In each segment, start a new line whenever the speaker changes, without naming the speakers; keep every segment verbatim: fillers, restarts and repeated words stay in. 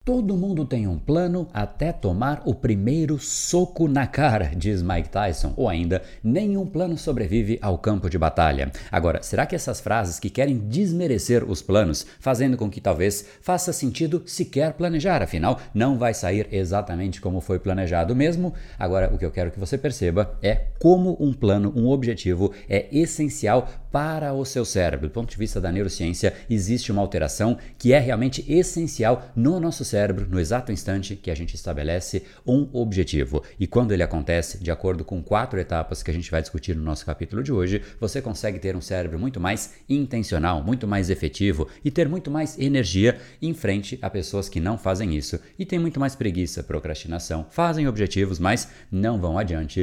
Todo mundo tem um plano até tomar o primeiro soco na cara, diz Mike Tyson, ou ainda, nenhum plano sobrevive ao campo de batalha. Agora, será que essas frases que querem desmerecer os planos, fazendo com que talvez faça sentido sequer planejar, afinal, não vai sair exatamente como foi planejado mesmo? Agora, o que eu quero que você perceba é como um plano, um objetivo é essencial para o seu cérebro. Do ponto de vista da neurociência, existe uma alteração que é realmente essencial no nosso cérebro, no exato instante que a gente estabelece um objetivo. E quando ele acontece, de acordo com quatro etapas que a gente vai discutir no nosso capítulo de hoje, você consegue ter um cérebro muito mais intencional, muito mais efetivo e ter muito mais energia em frente a pessoas que não fazem isso e têm muito mais preguiça, procrastinação, fazem objetivos, mas não vão adiante.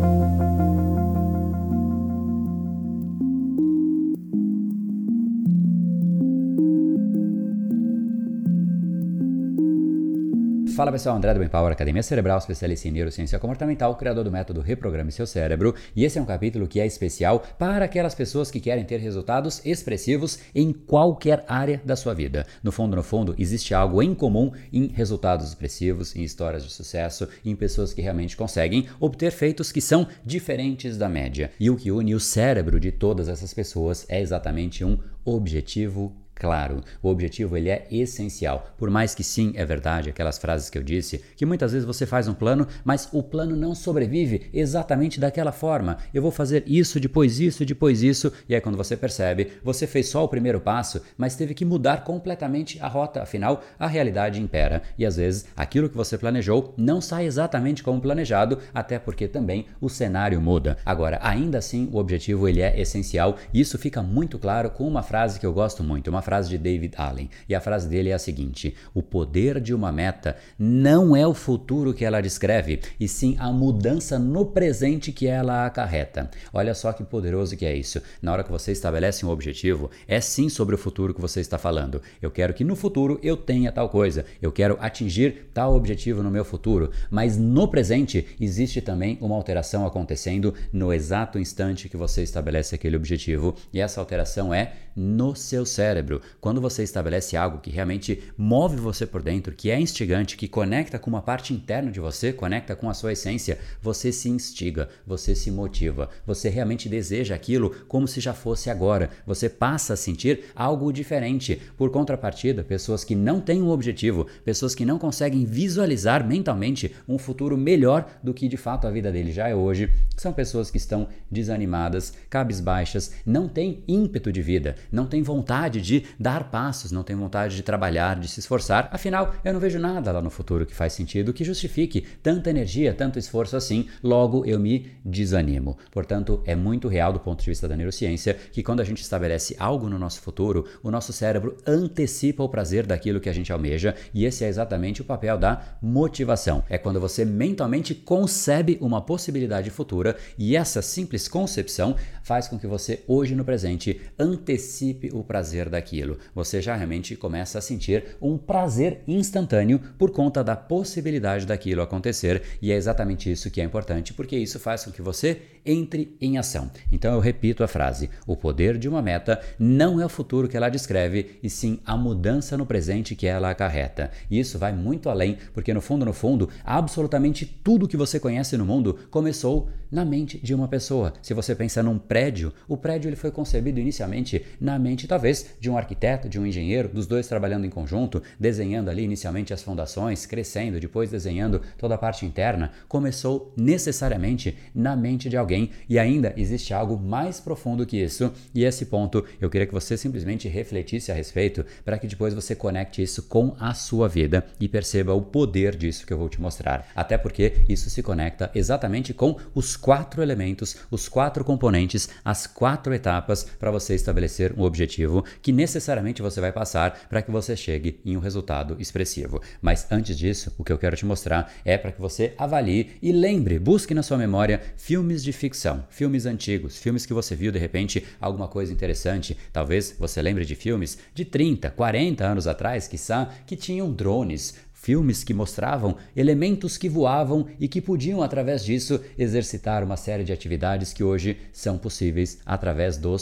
Fala pessoal, André do Empower, Academia Cerebral, especialista em neurociência comportamental, criador do método Reprograme Seu Cérebro, e esse é um capítulo que é especial para aquelas pessoas que querem ter resultados expressivos em qualquer área da sua vida. No fundo, no fundo, existe algo em comum em resultados expressivos, em histórias de sucesso, em pessoas que realmente conseguem obter feitos que são diferentes da média. E o que une o cérebro de todas essas pessoas é exatamente um objetivo claro. O objetivo ele é essencial. Por mais que sim, é verdade, aquelas frases que eu disse, que muitas vezes você faz um plano, mas o plano não sobrevive exatamente daquela forma. Eu vou fazer isso, depois isso, depois isso, e aí quando você percebe, você fez só o primeiro passo, mas teve que mudar completamente a rota, afinal, a realidade impera. E às vezes, aquilo que você planejou não sai exatamente como planejado, até porque também o cenário muda. Agora, ainda assim, o objetivo ele é essencial, e isso fica muito claro com uma frase que eu gosto muito, uma frase de David Allen, e a frase dele é a seguinte: o poder de uma meta não é o futuro que ela descreve, e sim a mudança no presente que ela acarreta. Olha só que poderoso que é isso. Na hora que você estabelece um objetivo, é sim sobre o futuro que você está falando. Eu quero que no futuro eu tenha tal coisa, eu quero atingir tal objetivo no meu futuro, mas no presente existe também uma alteração acontecendo no exato instante que você estabelece aquele objetivo, e essa alteração é no seu cérebro. Quando você estabelece algo que realmente move você por dentro, que é instigante, que conecta com uma parte interna de você, conecta com a sua essência, você se instiga, você se motiva, você realmente deseja aquilo como se já fosse agora, você passa a sentir algo diferente. Por contrapartida, pessoas que não têm um objetivo, pessoas que não conseguem visualizar mentalmente um futuro melhor do que de fato a vida dele já é hoje, são pessoas que estão desanimadas, cabisbaixas, não têm ímpeto de vida, não têm vontade de dar passos, não têm vontade de trabalhar, de se esforçar. Afinal, eu não vejo nada lá no futuro que faz sentido, que justifique tanta energia, tanto esforço assim, logo eu me desanimo. Portanto, é muito real do ponto de vista da neurociência que quando a gente estabelece algo no nosso futuro, o nosso cérebro antecipa o prazer daquilo que a gente almeja, e esse é exatamente o papel da motivação. É quando você mentalmente concebe uma possibilidade futura, e essa simples concepção faz com que você hoje no presente antecipe o prazer daquilo. Você já realmente começa a sentir um prazer instantâneo por conta da possibilidade daquilo acontecer, e é exatamente isso que é importante, porque isso faz com que você entre em ação. Então eu repito a frase: o poder de uma meta não é o futuro que ela descreve, e sim a mudança no presente que ela acarreta. E isso vai muito além, porque no fundo, no fundo, absolutamente tudo que você conhece no mundo começou na mente de uma pessoa. Se você pensa num prédio, o prédio ele foi concebido inicialmente na mente talvez de um arquiteto, de um engenheiro, dos dois trabalhando em conjunto, desenhando ali inicialmente as fundações, crescendo, depois desenhando toda a parte interna. Começou necessariamente na mente de alguém, e ainda existe algo mais profundo que isso, e esse ponto eu queria que você simplesmente refletisse a respeito, para que depois você conecte isso com a sua vida e perceba o poder disso que eu vou te mostrar. Até porque isso se conecta exatamente com os quatro elementos, os quatro componentes, as quatro etapas para você estabelecer um objetivo que necessariamente você vai passar para que você chegue em um resultado expressivo. Mas antes disso, o que eu quero te mostrar é para que você avalie e lembre, busque na sua memória filmes de ficção, filmes antigos, filmes que você viu de repente alguma coisa interessante. Talvez você lembre de filmes de trinta, quarenta anos atrás, quiçá, que tinham drones, filmes que mostravam elementos que voavam e que podiam, através disso, exercitar uma série de atividades que hoje são possíveis através dos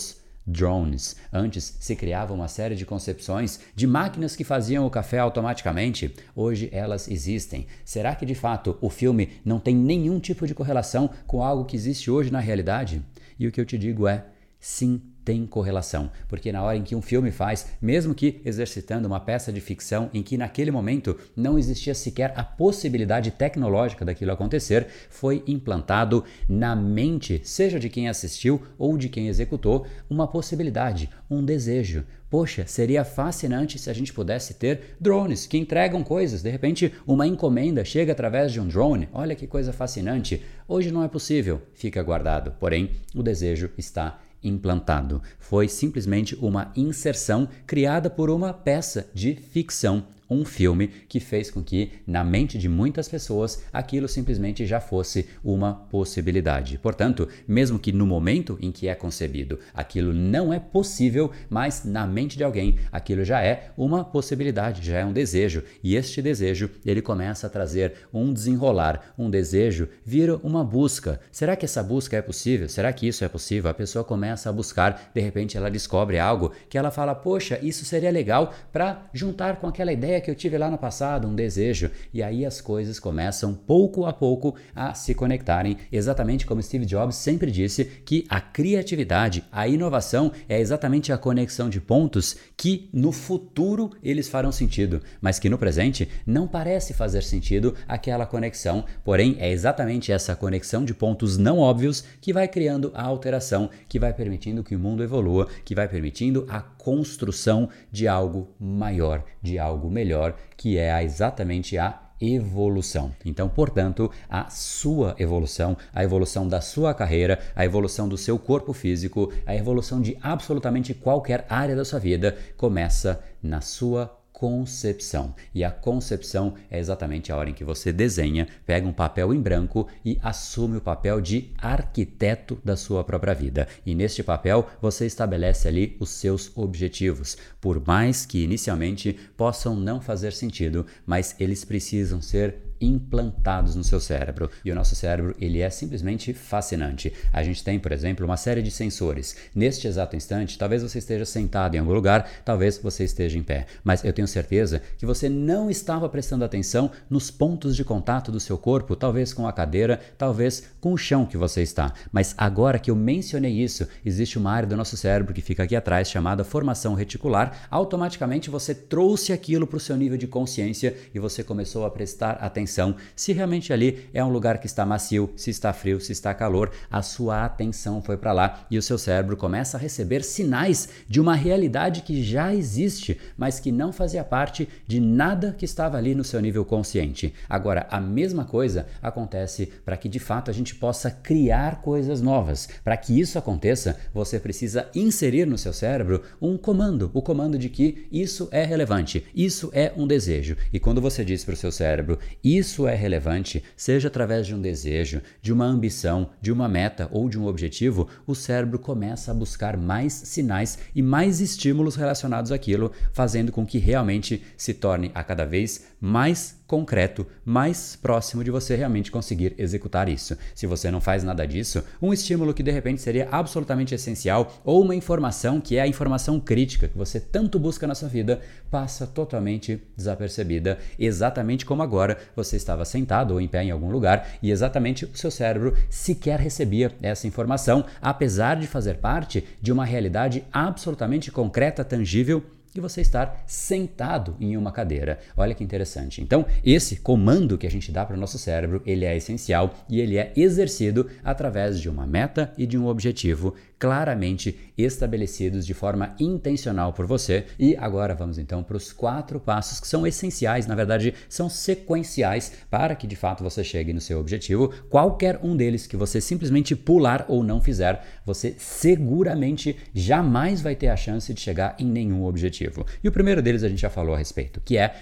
drones. Antes se criava uma série de concepções de máquinas que faziam o café automaticamente. Hoje elas existem. Será que de fato o filme não tem nenhum tipo de correlação com algo que existe hoje na realidade? E o que eu te digo é, sim, tem correlação, porque na hora em que um filme faz, mesmo que exercitando uma peça de ficção em que naquele momento não existia sequer a possibilidade tecnológica daquilo acontecer, foi implantado na mente, seja de quem assistiu ou de quem executou, uma possibilidade, um desejo. Poxa, seria fascinante se a gente pudesse ter drones que entregam coisas. De repente, uma encomenda chega através de um drone. Olha que coisa fascinante. Hoje não é possível, fica guardado. Porém, o desejo está implantado. Foi simplesmente uma inserção criada por uma peça de ficção, um filme que fez com que na mente de muitas pessoas aquilo simplesmente já fosse uma possibilidade. Portanto, mesmo que no momento em que é concebido aquilo não é possível, mas na mente de alguém aquilo já é uma possibilidade, já é um desejo. E este desejo, ele começa a trazer um desenrolar, um desejo vira uma busca. Será que essa busca é possível? Será que isso é possível? A pessoa começa a buscar, de repente ela descobre algo que ela fala, poxa, isso seria legal para juntar com aquela ideia que eu tive lá no passado, um desejo, e aí as coisas começam pouco a pouco a se conectarem, exatamente como Steve Jobs sempre disse que a criatividade, a inovação é exatamente a conexão de pontos que no futuro eles farão sentido, mas que no presente não parece fazer sentido aquela conexão, porém é exatamente essa conexão de pontos não óbvios que vai criando a alteração, que vai permitindo que o mundo evolua, que vai permitindo a construção de algo maior, de algo melhor, que é exatamente a evolução. Então, portanto, a sua evolução, a evolução da sua carreira, a evolução do seu corpo físico, a evolução de absolutamente qualquer área da sua vida começa na sua concepção. E a concepção é exatamente a hora em que você desenha, pega um papel em branco e assume o papel de arquiteto da sua própria vida. E neste papel você estabelece ali os seus objetivos, por mais que inicialmente possam não fazer sentido, mas eles precisam ser implantados no seu cérebro. E o nosso cérebro, ele é simplesmente fascinante. A gente tem, por exemplo, uma série de sensores. Neste exato instante, talvez você esteja sentado em algum lugar, talvez você esteja em pé, mas eu tenho certeza que você não estava prestando atenção nos pontos de contato do seu corpo, talvez com a cadeira, talvez com o chão que você está. Mas agora que eu mencionei isso, existe uma área do nosso cérebro que fica aqui atrás, chamada formação reticular. Automaticamente você trouxe aquilo para o seu nível de consciência e você começou a prestar atenção se realmente ali é um lugar que está macio, se está frio, se está calor, a sua atenção foi para lá e o seu cérebro começa a receber sinais de uma realidade que já existe, mas que não fazia parte de nada que estava ali no seu nível consciente. Agora, a mesma coisa acontece para que de fato a gente possa criar coisas novas. Para que isso aconteça, você precisa inserir no seu cérebro um comando, o comando de que isso é relevante, isso é um desejo. E quando você diz para o seu cérebro, isso é relevante, seja através de um desejo, de uma ambição, de uma meta ou de um objetivo, o cérebro começa a buscar mais sinais e mais estímulos relacionados àquilo, fazendo com que realmente se torne a cada vez mais concreto, mais próximo de você realmente conseguir executar isso. Se você não faz nada disso, um estímulo que de repente seria absolutamente essencial ou uma informação que é a informação crítica que você tanto busca na sua vida, passa totalmente desapercebida, exatamente como agora você estava sentado ou em pé em algum lugar e exatamente o seu cérebro sequer recebia essa informação, apesar de fazer parte de uma realidade absolutamente concreta, tangível, e você estar sentado em uma cadeira. Olha que interessante. Então, esse comando que a gente dá para o nosso cérebro, ele é essencial e ele é exercido através de uma meta e de um objetivo claramente estabelecidos de forma intencional por você. E agora vamos então para os quatro passos que são essenciais, na verdade são sequenciais para que de fato você chegue no seu objetivo. Qualquer um deles que você simplesmente pular ou não fizer, você seguramente jamais vai ter a chance de chegar em nenhum objetivo. E o primeiro deles a gente já falou a respeito, que é a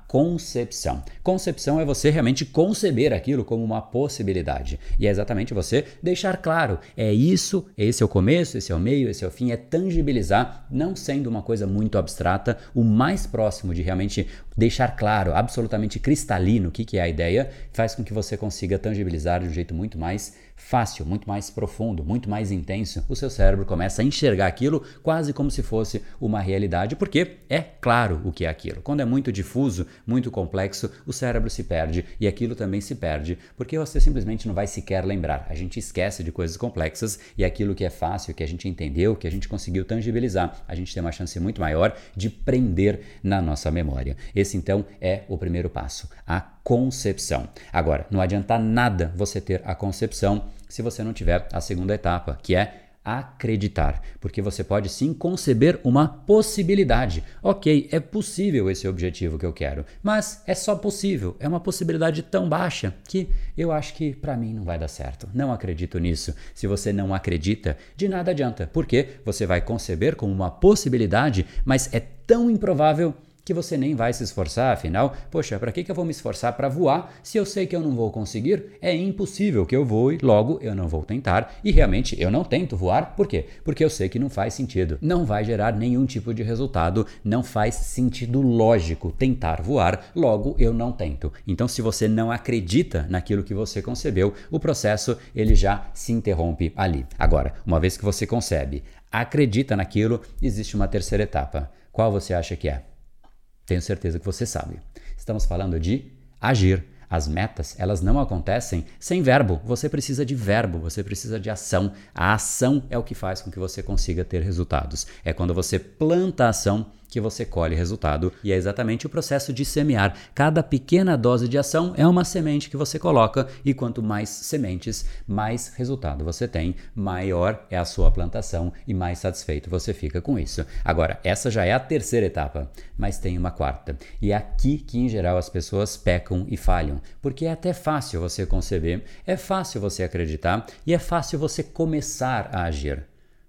concepção. Concepção é você realmente conceber aquilo como uma possibilidade. E é exatamente você deixar claro, é isso, esse é o começo, esse é o meio, esse é o fim, é tangibilizar, não sendo uma coisa muito abstrata, o mais próximo de realmente deixar claro, absolutamente cristalino o que, que é a ideia, faz com que você consiga tangibilizar de um jeito muito mais fácil, muito mais profundo, muito mais intenso. O seu cérebro começa a enxergar aquilo quase como se fosse uma realidade, porque é claro o que é aquilo. Quando é muito difuso, muito complexo, o cérebro se perde e aquilo também se perde, porque você simplesmente não vai sequer lembrar. A gente esquece de coisas complexas e aquilo que é fácil, que a gente entendeu, que a gente conseguiu tangibilizar, a gente tem uma chance muito maior de prender na nossa memória. Esse então é o primeiro passo, a concepção. Agora, não adianta nada você ter a concepção se você não tiver a segunda etapa, que é acreditar, porque você pode sim conceber uma possibilidade. Ok, é possível esse objetivo que eu quero, mas é só possível, é uma possibilidade tão baixa que eu acho que para mim não vai dar certo. Não acredito nisso. Se você não acredita, de nada adianta, porque você vai conceber como uma possibilidade, mas é tão improvável que você nem vai se esforçar, afinal, poxa, para que que eu vou me esforçar para voar se eu sei que eu não vou conseguir? É impossível que eu voe, logo eu não vou tentar e realmente eu não tento voar, por quê? Porque eu sei que não faz sentido, não vai gerar nenhum tipo de resultado, não faz sentido lógico tentar voar, logo eu não tento. Então se você não acredita naquilo que você concebeu, o processo ele já se interrompe ali. Agora, uma vez que você concebe, acredita naquilo, existe uma terceira etapa. Qual você acha que é? Tenho certeza que você sabe. Estamos falando de agir. As metas, elas não acontecem sem verbo. Você precisa de verbo, você precisa de ação. A ação é o que faz com que você consiga ter resultados. É quando você planta a ação que você colhe resultado. E é exatamente o processo de semear. Cada pequena dose de ação é uma semente que você coloca e quanto mais sementes, mais resultado você tem, maior é a sua plantação e mais satisfeito você fica com isso. Agora, essa já é a terceira etapa, mas tem uma quarta. E é aqui que, em geral, as pessoas pecam e falham, porque é até fácil você conceber, é fácil você acreditar e é fácil você começar a agir,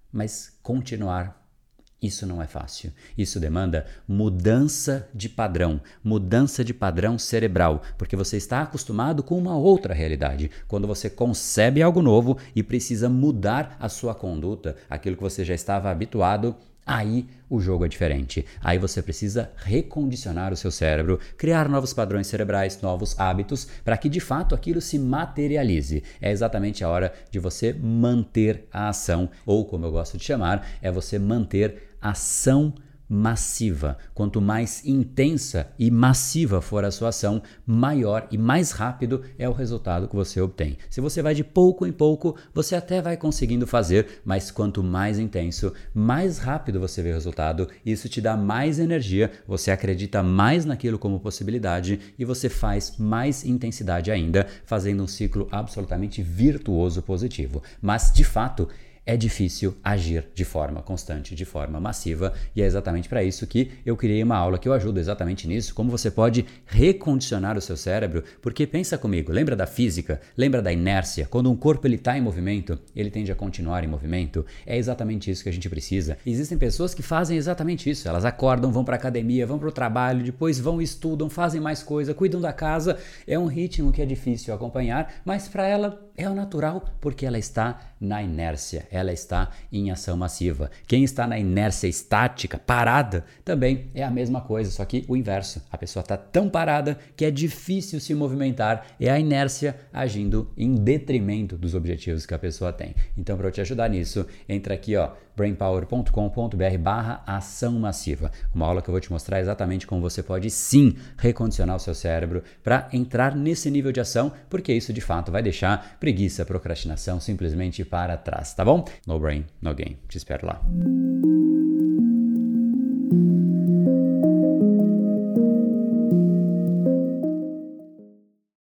mas continuar, isso não é fácil. Isso demanda mudança de padrão, mudança de padrão cerebral, porque você está acostumado com uma outra realidade. Quando você concebe algo novo e precisa mudar a sua conduta, aquilo que você já estava habituado, aí o jogo é diferente. Aí você precisa recondicionar o seu cérebro, criar novos padrões cerebrais, novos hábitos, para que de fato aquilo se materialize. É exatamente a hora de você manter a ação, ou como eu gosto de chamar, é você manter ação massiva. Quanto mais intensa e massiva for a sua ação, maior e mais rápido é o resultado que você obtém. Se você vai de pouco em pouco, você até vai conseguindo fazer, mas quanto mais intenso, mais rápido você vê o resultado, isso te dá mais energia, você acredita mais naquilo como possibilidade e você faz mais intensidade ainda, fazendo um ciclo absolutamente virtuoso positivo. Mas, de fato, é difícil agir de forma constante, de forma massiva, e é exatamente para isso que eu criei uma aula que eu ajudo exatamente nisso, como você pode recondicionar o seu cérebro, porque pensa comigo, lembra da física, lembra da inércia, quando um corpo está em movimento, ele tende a continuar em movimento, é exatamente isso que a gente precisa. Existem pessoas que fazem exatamente isso, elas acordam, vão para a academia, vão para o trabalho, depois vão e estudam, fazem mais coisa, cuidam da casa, é um ritmo que é difícil acompanhar, mas para ela é o natural, porque ela está na inércia, ela está em ação massiva. Quem está na inércia estática, parada, também é a mesma coisa, só que o inverso. A pessoa está tão parada que é difícil se movimentar, é a inércia agindo em detrimento dos objetivos que a pessoa tem. Então, para eu te ajudar nisso, entra aqui, ó, brainpower ponto com ponto b r barra ação massiva. Uma aula que eu vou te mostrar exatamente como você pode sim recondicionar o seu cérebro para entrar nesse nível de ação, porque isso de fato vai deixar preguiça, procrastinação simplesmente para trás, tá bom? No brain, no game. Te espero lá.